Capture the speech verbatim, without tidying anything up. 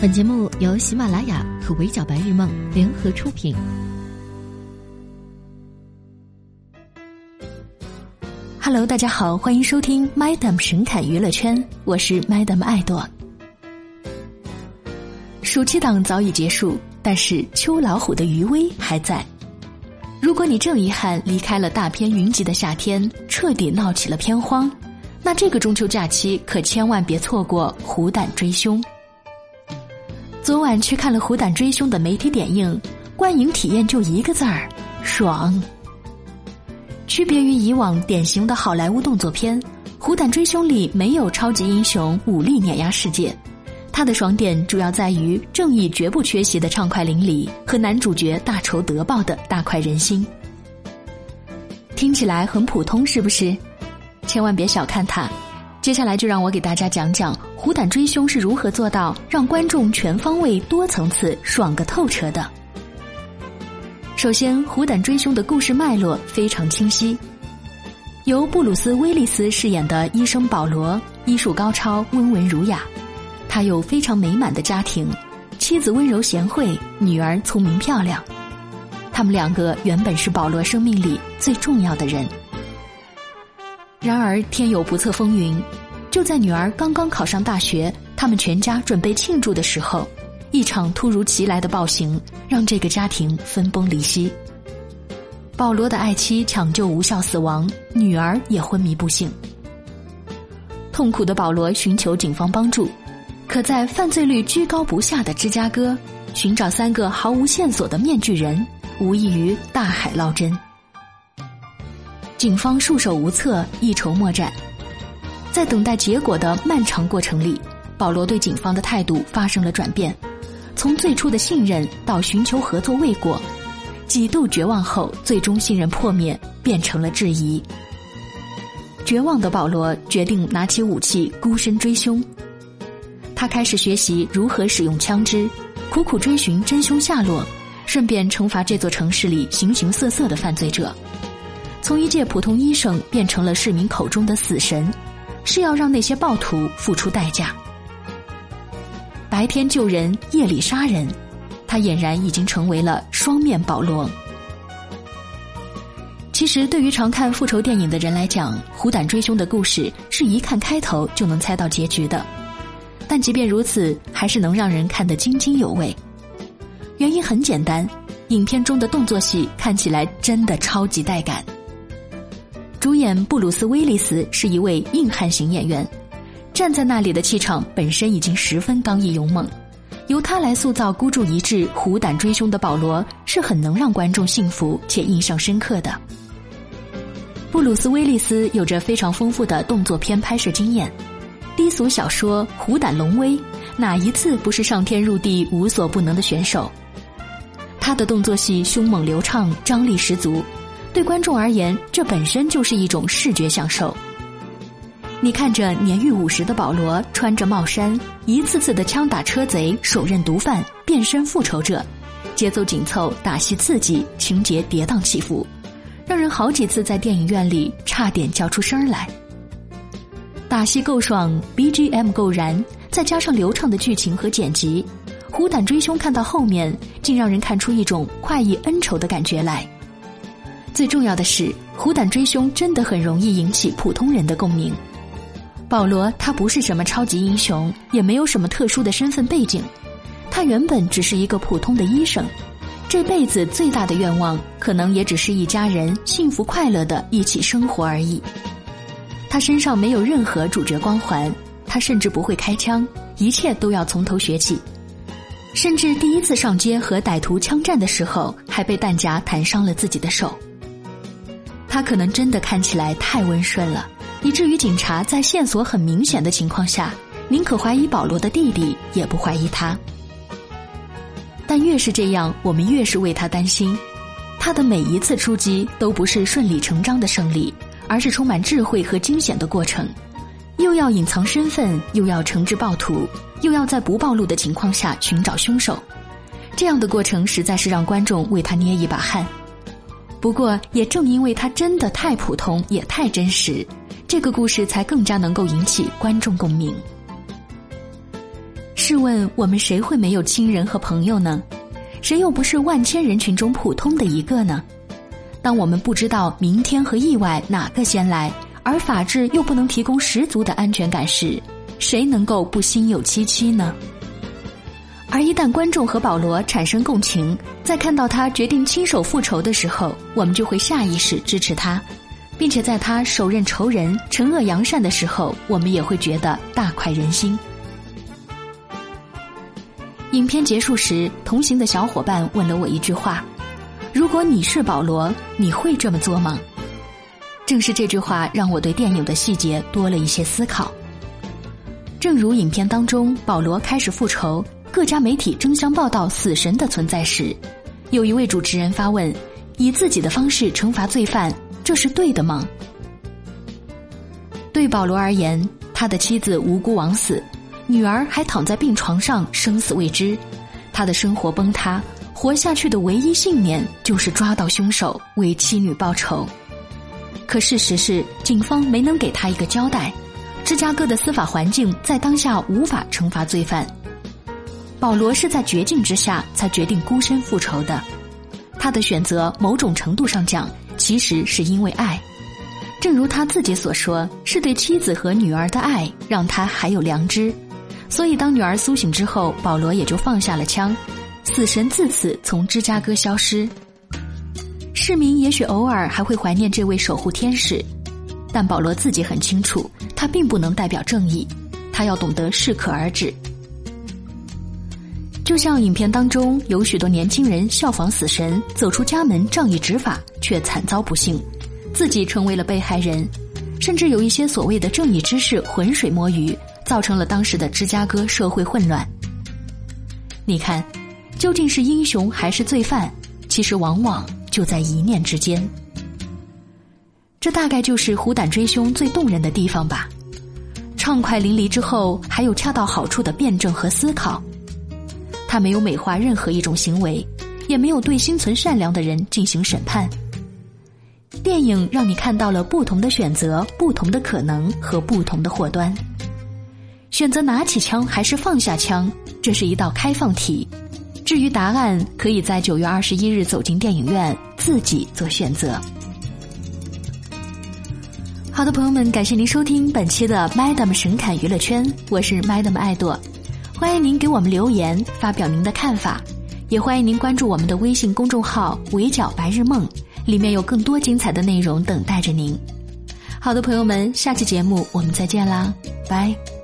本节目由喜马拉雅和围剿白日梦联合出品。 Hello， 大家好，欢迎收听 Madam 神侃娱乐圈，我是 Madam 爱朵。暑期档早已结束，但是秋老虎的余威还在。如果你正遗憾离开了大片云集的夏天，彻底闹起了片荒，那这个中秋假期可千万别错过《虎胆追凶》。昨晚去看了《虎胆追凶》的媒体点映，观影体验就一个字儿：爽。区别于以往典型的好莱坞动作片，《虎胆追凶》里没有超级英雄武力碾压世界，它的爽点主要在于正义绝不缺席的畅快淋漓和男主角大仇得报的大快人心。听起来很普通是不是？千万别小看它。接下来就让我给大家讲讲《虎胆追凶》是如何做到让观众全方位多层次爽个透彻的。首先，《虎胆追凶》的故事脉络非常清晰。由布鲁斯·威利斯饰演的医生保罗，医术高超，温文儒雅。他有非常美满的家庭，妻子温柔贤惠，女儿聪明漂亮。他们两个原本是保罗生命里最重要的人。然而天有不测风云，就在女儿刚刚考上大学，他们全家准备庆祝的时候，一场突如其来的暴行让这个家庭分崩离析。保罗的爱妻抢救无效死亡，女儿也昏迷不醒。痛苦的保罗寻求警方帮助，可在犯罪率居高不下的芝加哥，寻找三个毫无线索的面具人，无异于大海捞针。警方束手无策，一筹莫展。在等待结果的漫长过程里，保罗对警方的态度发生了转变，从最初的信任到寻求合作未果，几度绝望后，最终信任破灭，变成了质疑。绝望的保罗决定拿起武器孤身追凶。他开始学习如何使用枪支，苦苦追寻真凶下落，顺便惩罚这座城市里形形色色的犯罪者。从一介普通医生变成了市民口中的死神，是要让那些暴徒付出代价。白天救人，夜里杀人，他俨然已经成为了双面保罗。其实对于常看复仇电影的人来讲，《虎胆追凶》的故事是一看开头就能猜到结局的，但即便如此，还是能让人看得津津有味。原因很简单，影片中的动作戏看起来真的超级带感。主演布鲁斯·威利斯是一位硬汉型演员，站在那里的气场本身已经十分刚毅勇猛，由他来塑造孤注一掷虎胆追凶的保罗，是很能让观众信服且印象深刻的。布鲁斯·威利斯有着非常丰富的动作片拍摄经验，低俗小说《虎胆龙威》哪一次不是上天入地无所不能的选手？他的动作戏凶猛流畅，张力十足，对观众而言，这本身就是一种视觉享受。你看着年逾五十的保罗穿着帽衫，一次次的枪打车贼，手刃毒贩，变身复仇者，节奏紧凑，打戏刺激，情节跌宕起伏，让人好几次在电影院里差点叫出声来。打戏够爽， B G M 够燃，再加上流畅的剧情和剪辑，虎胆追凶看到后面竟让人看出一种快意恩仇的感觉来。最重要的是，虎胆追凶真的很容易引起普通人的共鸣。保罗他不是什么超级英雄，也没有什么特殊的身份背景，他原本只是一个普通的医生，这辈子最大的愿望可能也只是一家人幸福快乐的一起生活而已。他身上没有任何主角光环，他甚至不会开枪，一切都要从头学起。甚至第一次上街和歹徒枪战的时候，还被弹夹弹伤了自己的手。他可能真的看起来太温顺了，以至于警察在线索很明显的情况下，宁可怀疑保罗的弟弟，也不怀疑他。但越是这样，我们越是为他担心。他的每一次出击都不是顺理成章的胜利，而是充满智慧和惊险的过程。又要隐藏身份，又要惩治暴徒，又要在不暴露的情况下寻找凶手，这样的过程实在是让观众为他捏一把汗。不过也正因为它真的太普通也太真实，这个故事才更加能够引起观众共鸣。 试问我们谁会没有亲人和朋友呢？谁又不是万千人群中普通的一个呢？当我们不知道明天和意外哪个先来，而法治又不能提供十足的安全感时，谁能够不心有戚戚呢？而一旦观众和保罗产生共情，在看到他决定亲手复仇的时候，我们就会下意识支持他，并且在他手刃仇人、惩恶扬善的时候，我们也会觉得大快人心。影片结束时，同行的小伙伴问了我一句话：如果你是保罗，你会这么做吗？正是这句话让我对电影的细节多了一些思考。正如影片当中保罗开始复仇，各家媒体争相报道死神的存在时，有一位主持人发问：以自己的方式惩罚罪犯，这是对的吗？对保罗而言，他的妻子无辜枉死，女儿还躺在病床上生死未知，他的生活崩塌，活下去的唯一信念就是抓到凶手，为妻女报仇。可事实是，警方没能给他一个交代，芝加哥的司法环境在当下无法惩罚罪犯。保罗是在绝境之下才决定孤身复仇的，他的选择某种程度上讲，其实是因为爱。正如他自己所说，是对妻子和女儿的爱让他还有良知。所以当女儿苏醒之后，保罗也就放下了枪，死神自此从芝加哥消失。市民也许偶尔还会怀念这位守护天使，但保罗自己很清楚，他并不能代表正义，他要懂得适可而止。就像影片当中有许多年轻人效仿死神，走出家门仗义执法，却惨遭不幸，自己成为了被害人，甚至有一些所谓的正义之士浑水摸鱼，造成了当时的芝加哥社会混乱。你看，究竟是英雄还是罪犯，其实往往就在一念之间。这大概就是虎胆追凶最动人的地方吧。畅快淋漓之后，还有恰到好处的辩证和思考。他没有美化任何一种行为，也没有对心存善良的人进行审判。电影让你看到了不同的选择、不同的可能和不同的祸端。选择拿起枪还是放下枪，这是一道开放题。至于答案，可以在九月二十一日走进电影院，自己做选择。好的，朋友们，感谢您收听本期的 Madam 神侃娱乐圈，我是 Madam 爱朵。欢迎您给我们留言，发表您的看法，也欢迎您关注我们的微信公众号围剿白日梦，里面有更多精彩的内容等待着您。好的，朋友们，下期节目我们再见啦，拜。